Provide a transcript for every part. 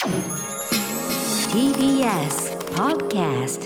TBS Podcast。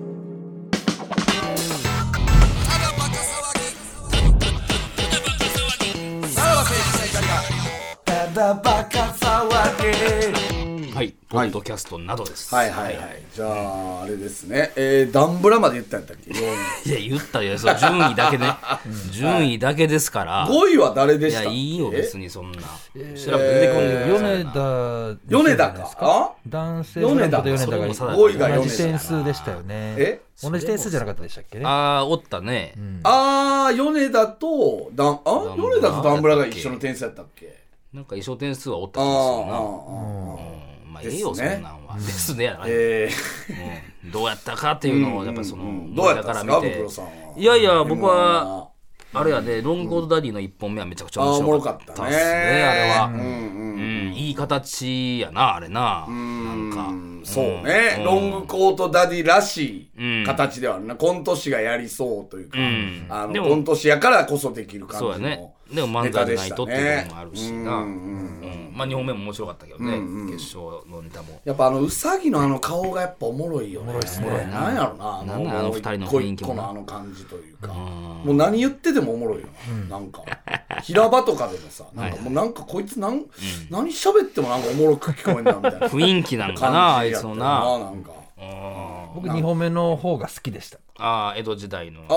はい、ポッドキャストなどです。 はいはいはい。じゃああれですね。ダンブラまで言ったんだっけ。 いや言ったよ。そう順位だけね。順位だけですから。 5位は誰でしたっけ。 いやいいよ別にそんな。調べて出てこんねん。 米田か。 男性ブランコと米田が 5位が同じ点数でしたよね。同じ点数じゃなかったでしたっけね。 ああおったね。 米田とダンブラが一緒の点数やったっけ。 なんか一緒点数はおった気がするな。まあええよそんなんはですねやな、どうやったかっていうのをやっぱそのどうやったんですかブクロさんは。 いやいや僕はあれやでロングコートダディの1本目はめちゃくちゃ面白かったですね。あれはいい形やなあれな。なんかそうね、ロングコートダディらしい形ではあるな。コント師がやりそうというか、コント師やからこそできる感じのネタでしたね。そうやね。でも漫才じゃないとっていうのもあるしな。まあ2本目も面白かったけどね、決勝のネタも。 やっぱウサギの顔がやっぱおもろいよね。なんやろな、 なんあの2人の雰囲気も一個の感じというか、もう何言っててもおもろいよ。なんか平場とかでもさ、なんかもうなんかこいつ何喋ってもなんかおもろく聞こえんなみたいな雰囲気なんかなあいつのな。 なんか僕2本目の方が好きでした。 江戸時代の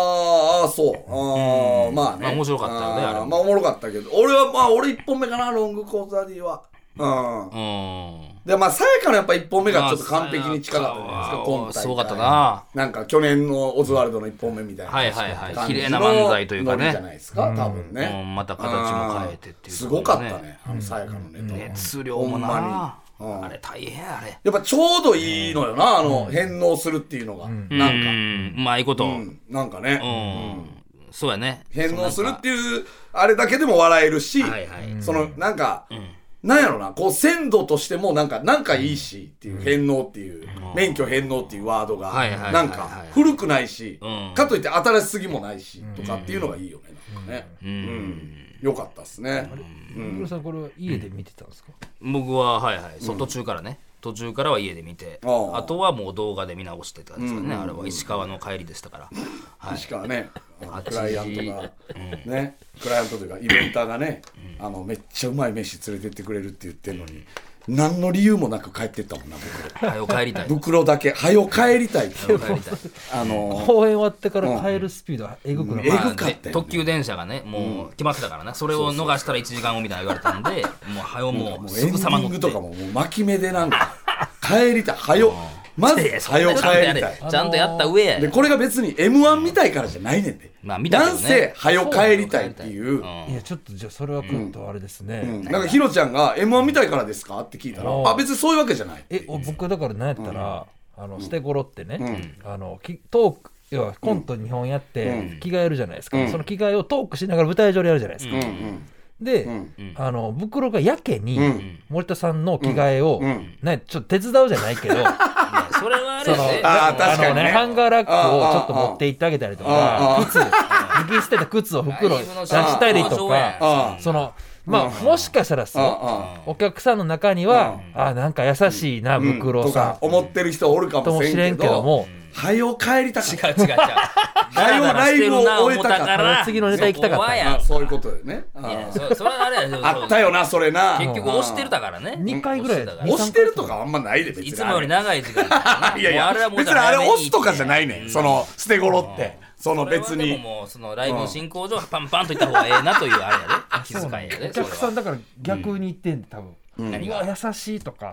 そうまあね面白かったよね。あれまあおもろかったけど俺1本目かなロングコートダディは。でまあさやかのやっぱ1本目がちょっと完璧に近かったじゃないですか。今大会すごかったな。 なんか去年のオズワルドの1本目みたいな綺麗な漫才というかねじゃないですか多分ね。 また形も変えてっていうすごかったねさやかのネタ。 熱量もなあれ大変あれ。 やっぱちょうどいいのよな返納するっていうのがなんかまあいいことなんかねそうやね。 返納するっていうあれだけでも笑えるし、そのなんかなんやろなこう鮮度としてもなんかいいしっていう返納っていう免許返納っていうワードがなんか古くないしかといって新しすぎもないしとかっていうのがいいよね。なんかねよかったっすね。 ブクロさんこれは家で見てたんですか。 僕は途中からね途中からは家で見てあとはもう動画で見直してたんですかね。あれは石川の帰りでしたから。 石川ねクライアントがねクライアントというかイベンターがねめっちゃうまい飯連れてってくれるって言ってんのに何の理由もなく帰ってったもんなはよ帰りたい袋だけはよ帰りたいって公演終わってから帰るスピードはエグくなかった。 特急電車がねもう来ましたからね。それを逃したら1時間後みたいな言われたんでもうはよもうすぐさま乗ってエンディングとかも巻き目でなんか帰りたいはよまずはよ帰りたいちゃんとやった上やでこれが別に M1 見たいからじゃないねんでなんせはよ帰りたいっていういやちょっとじゃあそれはちょっとあれですね。 なんかひろちゃんが M1 見たいからですかって聞いたら別にそういうわけじゃない。 僕だから何やったら捨て頃ってねトーク要はコント2本やって着替えるじゃないですか。その着替えをトークしながら舞台上でやるじゃないですか。で袋がやけに森田さんの着替えをちょっと手伝うじゃないけどそれはあれねハンガーラックをちょっと持って行ってあげたりとか脱ぎ捨てた靴を袋出したりとかまあもしかしたらお客さんの中にはなんか優しいな袋さんとか思ってる人おるかもしれんけどもはよ帰りたかった。 違うはよライブを終えたから次のネタ行きたかったそういうことでね。 それはあれあったよなそれな。 結局押してるだからね。 2回ぐらい押してるとかあんまないで別にいつもより長い時間いやいや別にあれ押すとかじゃないねんその捨て頃ってその別にもうそのライブの進行上パンパンといった方がええなというあれやで気遣いやで。 お客さんだから逆に言ってんで多分うわ優しいとか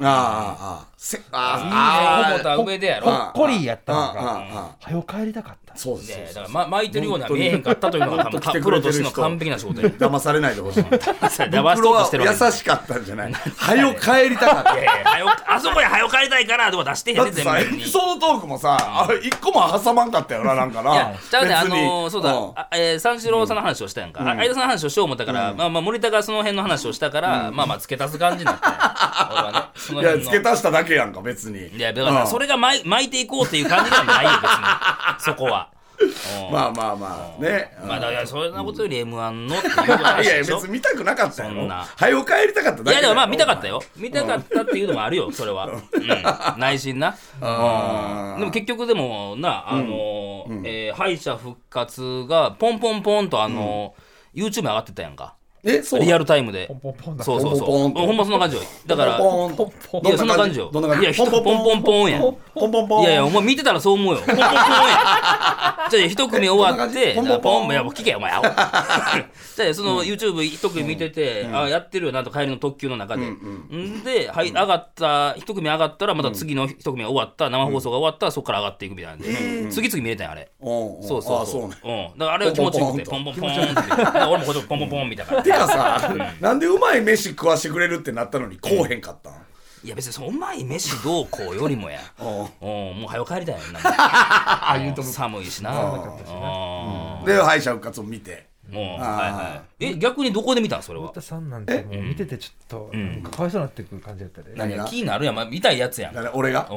ほぼ上でやろほっこりやったのがはよ帰りたかった。 そうです。 だから巻いてるようには見えへんかったというのが多分プロとしての完璧な仕事や。 騙されないでほしい。 袋は優しかったんじゃない。はよ帰りたかった。 あそこにはよ帰りたいからでも出してへんね全部。 エピソードトークもさ一個も挟まんかったよななんかな。 いやちゃうねそうだ三四郎さんの話をしたやんか。相田さんの話をしよう思ったからまあ森田がその辺の話をしたからまあ付け足す感じになった。 いや付け足しただけやんか別に。 いやだからそれが巻いていこうっていう感じではないよ別にそこは。 まあね。 まあだからそんなことより M1 のっていう話いやでしょ。 別に見たくなかったよ。 そんな早く帰りたかっただけ。 いやでもまあ見たかったよ。見たかったっていうのもあるよそれは。内心な。でも結局でもな敗者復活がポンポンポンとYouTube 上がってたやんか。リアルタイムで。そうほんまそんな感じよ。だからいやそんな感じよ。いやポンポンポンやん。いやお前見てたらそう思うよ。ポンポンポンやん。じゃあ一組終わってポンいやもう聞けよお前。じゃあその YouTube 一組見ててやってるよなと帰りの特急の中で。で上がった一組上がったらまた次の一組が終わった生放送が終わったらそこから上がっていくみたいなんで次々見れたんやあれ。そうだからあれは気持ちよくてポンポンポンって。俺もこっちポンポンポンみたいな。 てかさ、なんでうまい飯食わしてくれるってなったのにこうへんかったん？ いや別にそのうまい飯どうこうよりもやもう早く帰りたいよな。寒いしな。 で敗者復活を見て逆にどこで見たんそれは。 太田さんなんてもう見ててちょっとなんかかわいそうになってくる感じだったで。 何が気になるやん見たいやつやん。 俺が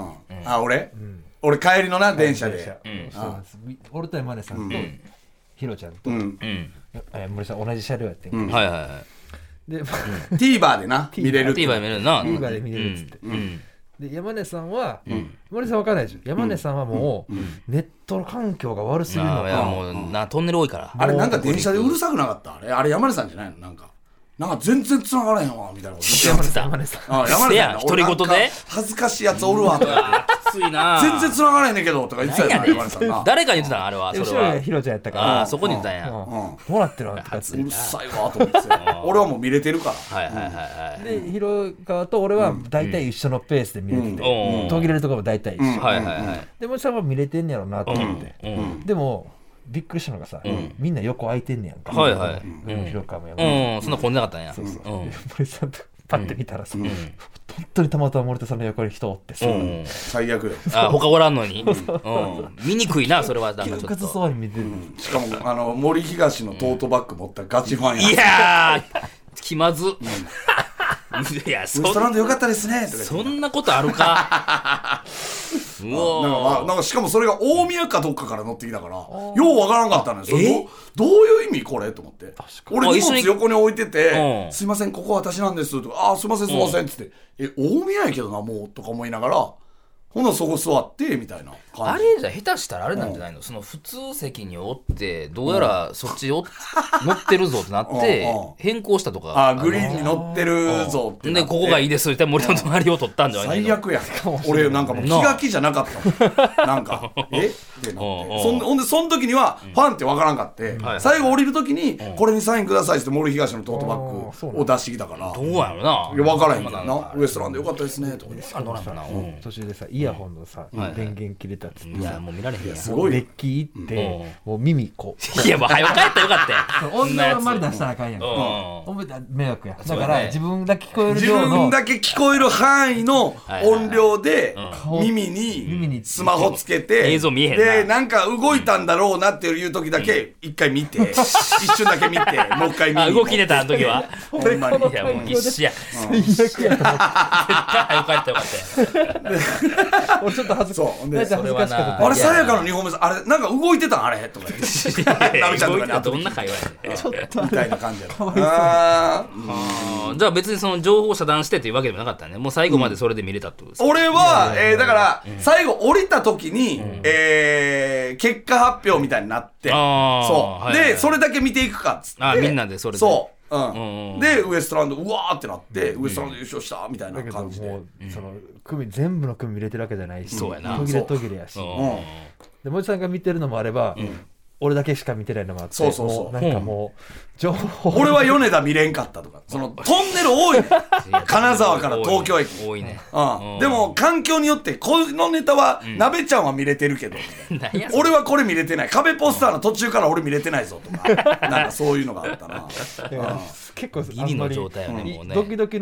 俺帰りのな電車で俺と山根さんとヒロちゃんと森さん同じ車両やってんけどで TVer でな見れる TVer 見れるな TVer で見れるっつってで山根さんは森さん分かんないでしょ。山根さんはもうネットの環境が悪すぎるのかもうトンネル多いからあれなんか電車でうるさくなかったあれ山根さんじゃないのなんか全然繋がらへんわみたいなこと山根さん山根さん独り言で恥ずかしいやつおるわとかきついな全然繋がらへんねんけどとか言ってたよ山根さんな。 誰かに言ってたんあれは。 後ろでヒロちゃんやったからそこに言ったんや。 どうなってるのとかってうるさいわと思って俺はもう見れてるからでヒロ川と俺は大体一緒のペースで見れてて途切れるところも大体一緒で森さんは見れてんねやろなと思ってでもびっくりしたのがさ、みんな横空いてんねやんか。広川もやもそんな混んでなかったんや。 森さんとパッて見たらさ、本当にたまたま森田さんの横に人おってさ、 最悪よ。 他おらんのに。見にくいなそれは。 窮屈そうに見てる。 しかも森東のトートバッグ持ったガチファンや。 いや気まず。いやウエストランドよかったですね。 そんなことあるか。 なんかしかもそれが大宮かどっかから乗ってきたからようわからんかったのよ。どういう意味これと思って俺荷物横に置いててすいませんここ私なんですとかすいませんっつって大宮やけどなもうとか思いながらほなそこ座ってみたいな感じ。 あれじゃ下手したらあれなんじゃないのその普通席におってどうやらそっち乗ってるぞってなって変更したとかグリーンに乗ってるぞってでここがいいですって森の隣を取ったんじゃないの。 最悪や俺なんかもう気が気じゃなかったなんかってなってほんでその時にはファンってわからんかって最後降りる時にこれにサインくださいって森東のトートバッグを出してきたからどうやろな分からへんけどなウエストランドよかったですねとか途中でさイヤホンのさ電源切れたっつっていやもう見られへんやん。 すごいデッキ行ってもう耳こういやもう早く帰ったらよかったよ。 女はあんまり出したらあかんやん迷惑やだから自分だけ聞こえる量の自分だけ聞こえる範囲の音量で耳にスマホつけて映像見えへんなでなんか動いたんだろうなっていう時だけ一回見て一瞬だけ見てもう一回見て動き出たあの時はほんまにいやもう必死や最悪やと思って早く帰ったらよかったよ。 俺ちょっと恥ずかしかった。 あれさやかの2本目あれなんか動いてたんあれとか言ってナミちゃんとかにどんな会話やねんちょっとみたいな感じやろ。 じゃあ別にその情報遮断してというわけでもなかったね。もう最後までそれで見れたってことですか。 俺はだから最後降りた時に結果発表みたいになってそうでそれだけ見ていくかっつってみんなでそれでそうでウエストランドうわーってなってウエストランド優勝したみたいな感じでその全部の組見れてるわけじゃないしそうやな途切れやしで森さんが見てるのもあれば俺だけしか見てないのもあってそうなんかもう情報俺は米田見れんかったとかそのトンネル多い金沢から東京駅多いねでも環境によってこのネタは鍋ちゃんは見れてるけど俺はこれ見れてない壁ポスターの途中から俺見れてないぞとかなんかそういうのがあったな結構ギリの状態よねもうねドキドキの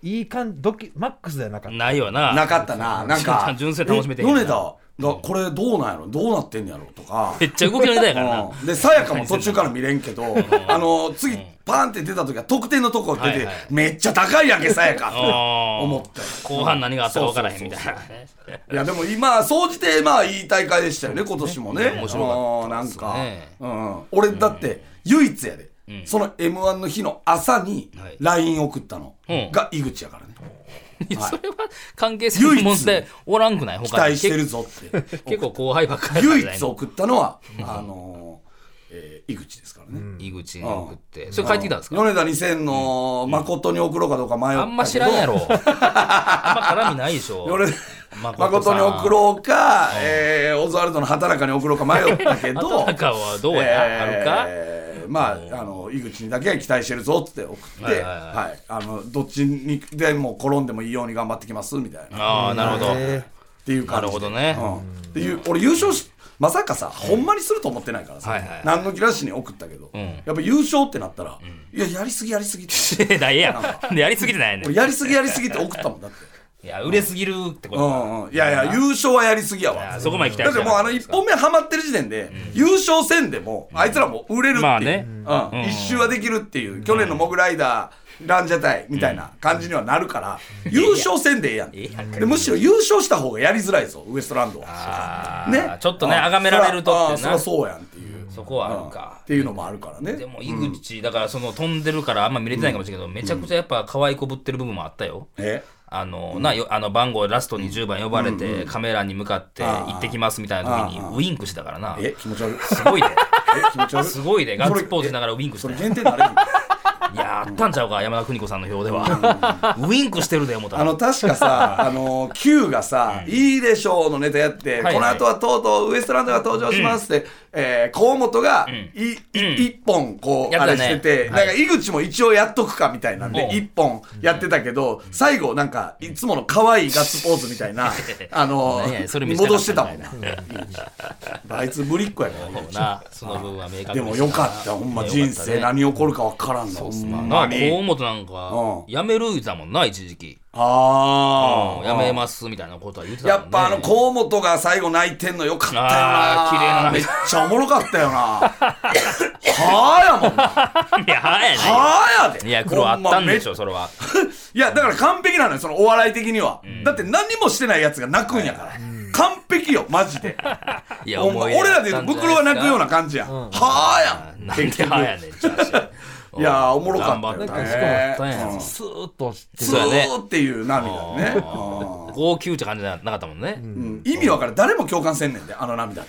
いい感じマックスではなかった。 ないよな。 なかったな。なんか純粋に楽しめてへんな。 米田がこれどうなんやろ、どうなってんやろとか。 めっちゃ動きのネタやからな。 でさやかも途中から見れんけど次パーンって出た時は得点のとこ出て、めっちゃ高いやんけさやかと思って、 後半何があったか分からへんみたいな。 いやでも今総じてまあいい大会でしたよね今年もね。 面白かったですね。 なんか俺だって唯一やで、その M1 の日の朝に LINE 送ったのが井口やからね。 それは関係性の問題おらんくない？ 期待してるぞって結構後輩ばっかり。 唯一送ったのは井口ですからね。 井口に送ってそれ帰ってきたんですか？ 米田2000の誠に送ろうかどうか迷ったけど、 あんま知らんやろ。あんま絡みないでしょ。 誠に送ろうか、オズワルドの畑中に送ろうか迷ったけど畑中はどうや、あるか。 まあ井口にだけは期待してるぞって送ってどっちにでも転んでもいいように頑張ってきますみたいな。 ああなるほど。 っていう感じで。 なるほどね。 っていう俺優勝しまさかさほんまにすると思ってないからさ、何の気なしに送ったけど、やっぱ優勝ってなったら、いややりすぎってだいややりすぎてないね。 俺やりすぎって送ったもんだって。 いや売れすぎるってこといや優勝はやりすぎやわ。 そこまで期待だってもう1本目ハマってる時点で、優勝戦でもあいつらも売れるっていう、一周はできるっていう、去年のモグライダーランジャタイみたいな感じにはなるから、優勝戦でええやん。でむしろ優勝した方がやりづらいぞウエストランドはね。 ちょっとね崇められるとってな。 そりゃそうやんっていう。 そこはあるかっていうのもあるからね。 でも井口だからその飛んでるからあんま見れてないかもしれないけど、めちゃくちゃやっぱ可愛いこぶってる部分もあったよ。番号ラストに10番呼ばれて、カメラに向かって行ってきますみたいな時にウインクしたからな。 気持ち悪い。 すごいで。 気持ち悪い。 すごいでガッツポーズしながらウインクして。 それ限定なれる。 いやあったんちゃうか山田邦子さんの表では。ウインクしてるで思ったら。 確かさQ がさいいでしょうのネタやって、この後はとうとうウエストランドが登場しますって河本が一本こうあれしてて、なんか井口も一応やっとくかみたいなんで一本やってたけど、最後なんかいつもの可愛いガッツポーズみたいな戻してたもんな。あいつぶりっ子やからその分は明確。 でもよかったほんま。人生何起こるか分からんの。 河本なんか辞める言うてたもんな一時期。辞めますみたいなことは言ってたもんね。 やっぱ河本が最後泣いてんのよかったよな。 綺麗なめっちゃおもろかったよな。はぁやもんな。 いやはぁやね。 はぁやで。 いや苦労あったんでしょそれは。 いやだから完璧なのよそのお笑い的には。だって何もしてないやつが泣くんやから。完璧よマジで。いや俺らで言うと袋が泣くような感じやん。はぁやん。 なんではぁやねんじゃあ。 いやおもろかったよね。 スーッとしてスーっていう涙ね。 号泣って感じじゃなかったもんね。 意味わからん。誰も共感せんねんであの涙って。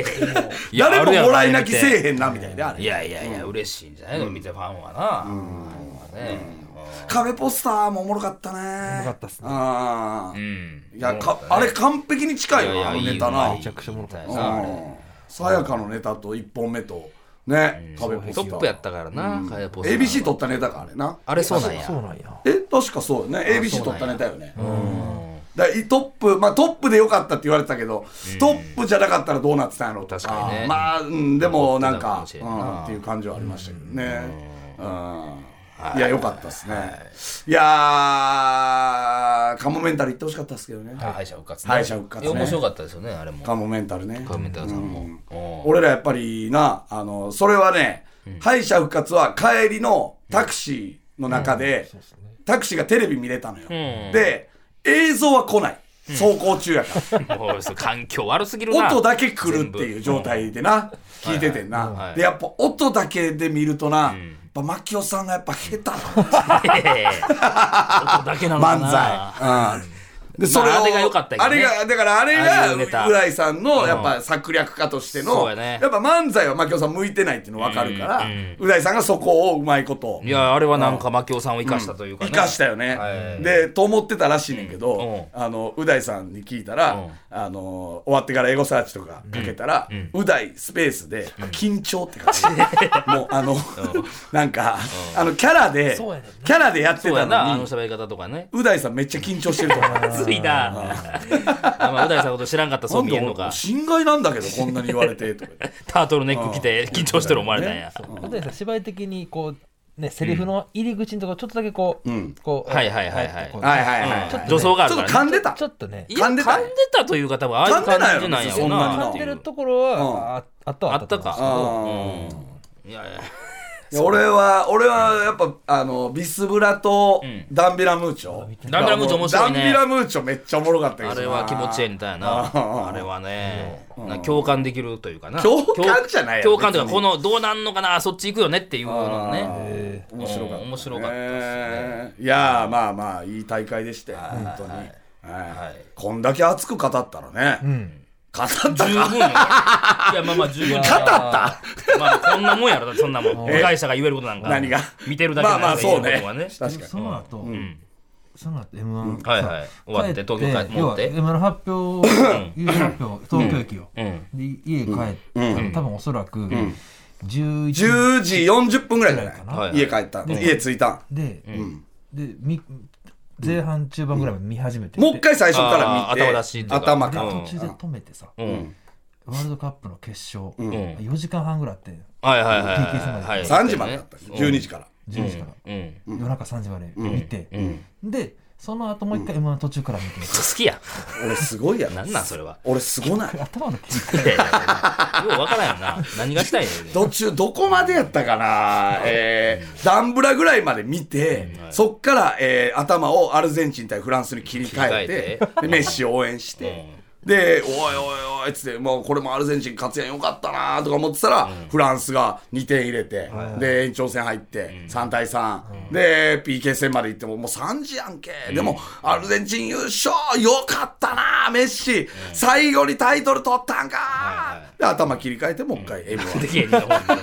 誰ももらい泣きせえへん涙やであれ。 いやいやいや嬉しいんじゃないの見てファンはな。 壁ポスターもおもろかったね。おもろかったっすね。 いやあれ完璧に近いよあのネタな。 めちゃくちゃおもろかったさやかのネタと1本目とね、 トップやったからな。 ABC 取ったネタかあれな。 あれそうなんや。 確かそうよね。ABC 取ったネタよね。トップまあトップでよかったって言われてたけど、トップじゃなかったらどうなってたんやろうとか。 確かにね。 まあでもなんかっていう感じはありましたけどね。いやよかったですね。いやカモメンタル行ってほしかったですけどね。 敗者復活。 敗者復活ね。 面白かったですよねあれも。 カモメンタルね。 カモメンタルさんも。 俺らやっぱりなそれはね、敗者復活は帰りのタクシーの中でタクシーがテレビ見れたのよ。で映像は来ない。走行中やから環境悪すぎるな。 音だけ来るっていう状態でな聞いててんな。でやっぱ音だけで見るとなやっぱ牧雄さんがやっぱ下手な音だけなのかな。 漫才でそれをあれが良かったけどね。 だからあれが浦井さんのやっぱ策略家としてのやっぱ漫才は牧雄さん向いてないっていうの分かるから浦井さんがそこをうまいこといやあれはなんか牧雄さんを生かしたというかね生かしたよね。でと思ってたらしいねんけどう大さんに聞いたら終わってからエゴサーチとかかけたらう大スペースで緊張って感じもうなんかキャラでやってたのに喋り方とかねう大さんめっちゃ緊張してると思う。 ついなう大さんのこと知らんかったそう見えんのか。 心外なんだけどこんなに言われてとかタートルネック着て緊張してる思われたんや。 う大さん芝居的にこうね、セリフの入り口のところちょっとだけこう、 はいはいはいはいはい助走があるからね。 ちょっと噛んでた。 ちょっとね、 噛んでたというか多分ああいう感じなんやろな。 噛んでるところはあったか。いやいや。 俺はやっぱビスブラとダンビラムーチョ、 ダンビラムーチョ面白いね。 ダンビラムーチョめっちゃおもろかったけど、 あれは気持ちいいみたいな。あれはね、共感できるというかな。 共感じゃないよ。 共感というかこのどうなんのかな、そっち行くよねっていうのね。 面白かった。 面白かったですね。 いやまあまあいい大会でしたよ本当に。こんだけ熱く語ったらね。語ったか十分よ。いやまあ十分。 語った。 まあこんなもんやろ、そんなもん。部外者が言えることなんか。 何が見てるだけなんまあそうね。 確かに。その後 M1 はいはい終わって東京帰って要は M1 の発表優勝発表東京駅よ。で家帰って多分おそらく10時 40分ぐらいじゃない家帰った家着いたで前半中盤ぐらいまで見始めて、 もう一回最初から見て頭から途中で止めてさ、ワールドカップの決勝4時間半ぐらいあって、 PK 3時までだった12時から夜中3時まで見て、でその後もう一回 M1 途中から見て好きや俺すごいやなんなんそれは俺すごない頭の切りよう分からんよな何がしたいの途中どこまでやったかなダンブラぐらいまで見てそっから頭をアルゼンチン対フランスに切り替えてでメッシを応援してでおいおいおいっつってもうこれもアルゼンチン勝つやんよかったなとか思ってたらフランスが2点入れてで延長戦入って3対3で PK 戦まで行ってももう3時やんけでもアルゼンチン優勝よかったなメッシ最後にタイトル取ったんかで頭切り替えてもう一回 M1 でき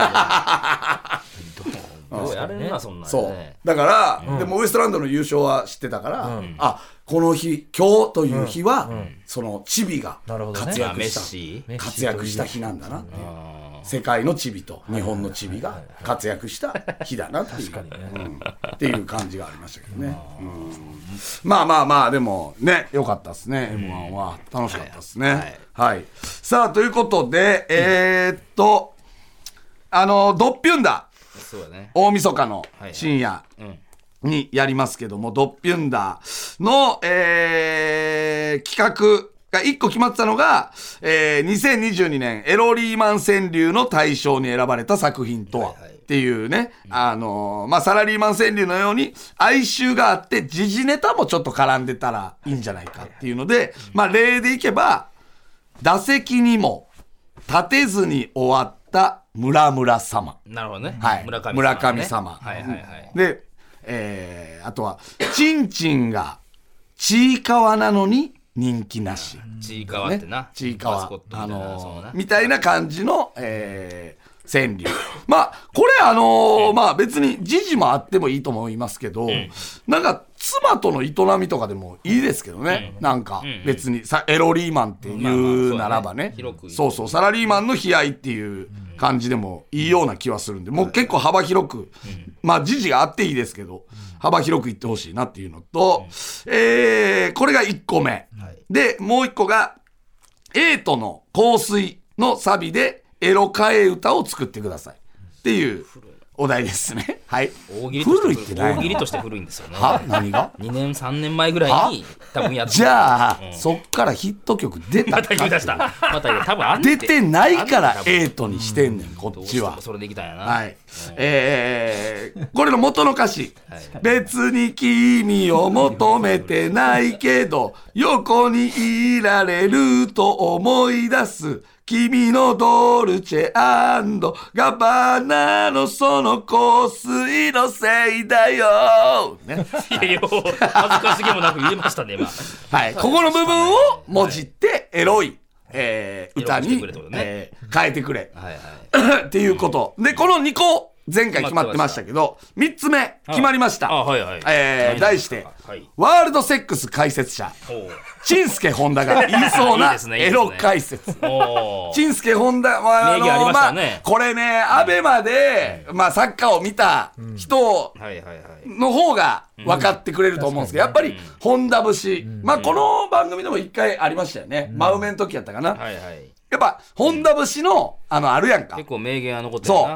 どうやれんなそんなそうだからでもウエストランドの優勝は知ってたからあこの日今日という日はそのチビが活躍した日なんだなっていう世界のチビと日本のチビが活躍した日だなっていうっていう感じがありましたけどねまあまあまあでもね良かったですね M1 は楽しかったですねはいさあということでドッピュンダ大晦日の深夜にやりますけどもドッピュンダの、企画が1個決まってたのが、2022年エロリーマン川柳の大賞に選ばれた作品とはっていうね、まあサラリーマン川柳のように哀愁があって時事ネタもちょっと絡んでたらいいんじゃないかっていうので、まあ例でいけば打席にも立てずに終わった村村様。 なるほどね。 はい。村上様。 はいはいはい。 で、あとはチンチンがちいかわなのに人気なし。 ちいかわってな。 ちいかわみたいな感じの川柳。まあこれまあ別に時事もあってもいいと思いますけど、なんか妻との営みとかでもいいですけどね、なんか別にエロリーマンっていうならばね、そうそうサラリーマンの悲哀っていう感じでもいいような気はするんで、もう結構幅広く、まあ時事があっていいですけど幅広く言ってほしいなっていうのと、これが1個目で、もう1個がエイトの香水のサビでエロ替え歌を作ってくださいっていうお題ですね。はい。 古いってないの？大喜利として古いんですよね。 は？何が ？2年3年前ぐらいに多分やって。 じゃあ、そっからヒット曲出たか。 また言い出した。また多分あん出てないからエイトにしてんねん、こっちは。 それでいきたいな。 はい。これの元の歌詞。別に君を求めてないけど横にいられると思い出す。君のドルチェ&ガバナのその香水のせいだよ、ね、 いやいや恥ずかしげもなく言えましたね今。 はい、ここの部分をもじってエロい、歌に、変えてくれ、はいはい、っていうことで、この2個前回決まってましたけど3つ目決まりました、 はいはい、 題して、はい、ワールドセックス解説者チンスケホンダが言いそうなエロ解説。チンスケホンダは名言ありましたね。 これね、アベマで、まあ、サッカーを見た人の方が分かってくれると思うんですけど、やっぱりホンダ節、まあこの番組でも一回ありましたよね。真梅の時やったかな。やっぱホンダ節のあるやんか。 結構名言は残ってるな。 そう。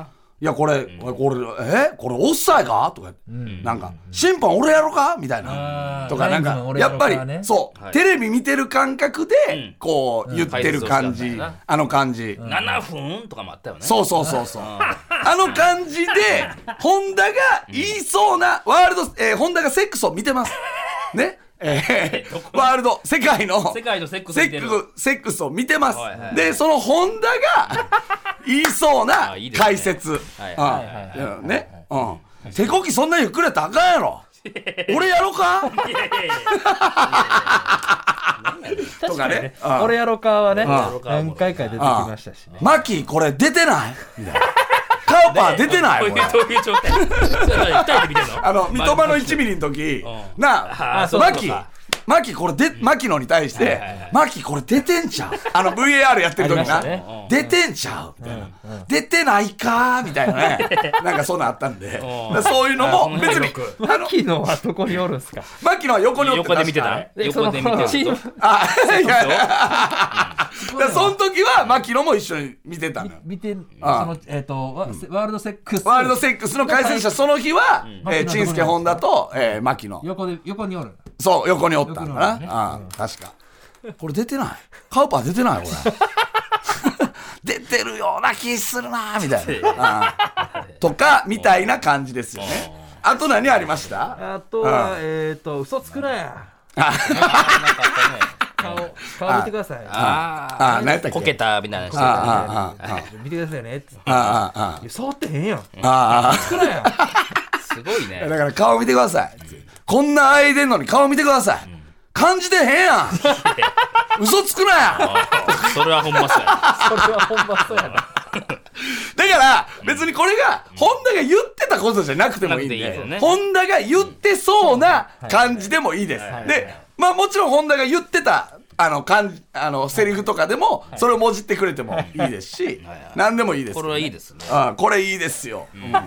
いやこれオフサイかとかなんか審判俺やろかみたいなとかなんかやっぱりそうテレビ見てる感覚でこう言ってる感じあの感じ 7分とかもあったよね。 そうあの感じで本田が言いそうな本田がセックスを見てますね。ワールド世界のセックスを見てます。でその本田が言いそうな解説ね、手こきそんなゆっくりやったらあかんやろ俺やろかとかね、 俺やろかはね何回か出てきましたしね。 マキこれ出てないみたいなカウパー出てないこれどういう状態2人で見てんの三笘の1ミリの時なあマキこれマキノに対してマキこれ出てんちゃうVAR やってる時な出てんちゃうみたいな出てないかみたいなねなんかそんなあったんでそういうのも別にマキノはどこにおるんすか。 マキノは横におって横で見てた横で見てるその時はマキノも一緒に見てたのよ。 見てワールドセックスの解説者その日はチンスケ本田とマキノ横におる。 そう横におったんだな、確かこれ出てないカウパー出てないこれ出てるような気するなみたいなとかみたいな感じですよね。あと何ありました？ あとは嘘つくなや顔見てください。 何やったっけこけたみたいな人見てくださいねって触ってへんやんつくなやすごいね。 だから顔見てくださいこんな間でんのに顔見てください感じてへんやん嘘つくなやそれはほんまそうやだから別にこれが本田が言ってたことじゃなくてもいいんで本田が言ってそうな感じでもいいです。でまあもちろん本田が言ってたセリフとかでもそれをもじってくれてもいいですし何でもいいです。 これはいいですね。 これいいですよ。 この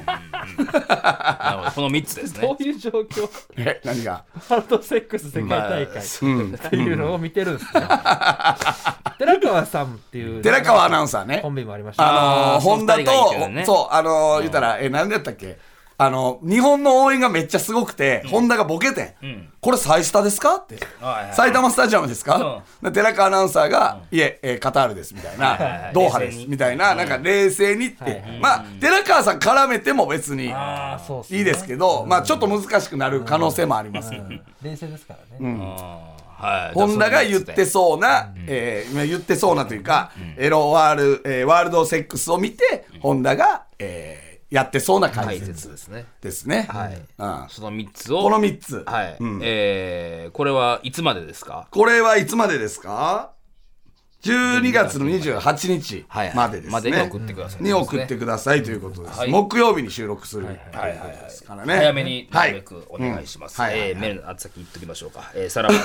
3つですね。 どういう状況？ 何がワールドセックス世界大会っていうのを見てるんですね。寺川さんっていう寺川アナウンサーねコンビもありました本田とそう言ったら何だったっけ日本の応援がめっちゃすごくて、本田がボケて、これサイスタですかって、埼玉スタジアムですか、寺川アナウンサーが、いえ、カタールですみたいな、ドーハですみたいな、なんか冷静にって、まあ寺川さん絡めても別にいいですけど、まあちょっと難しくなる可能性もありますけど、 冷静ですからね。 本田が言ってそうな、言ってそうなというか、ワールドセックスを見て、本田が、やってそうな解説ですね。 その3つをこの3つ、 これはいつまでですか？ これはいつまでですか？12月の28日までですね。 までに送ってください。 に送ってくださいということです。木曜日に収録するですからね。 早めになるべくお願いします。メールの宛先言っときましょうか。さらば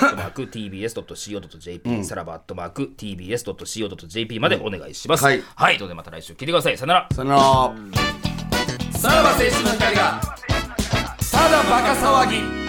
@tbs.co.jp さらば@tbs.co.jp までお願いします。はい。ということでまた来週聞いてください。さよなら。 さよなら。さらば青春の光がただバカ騒ぎ。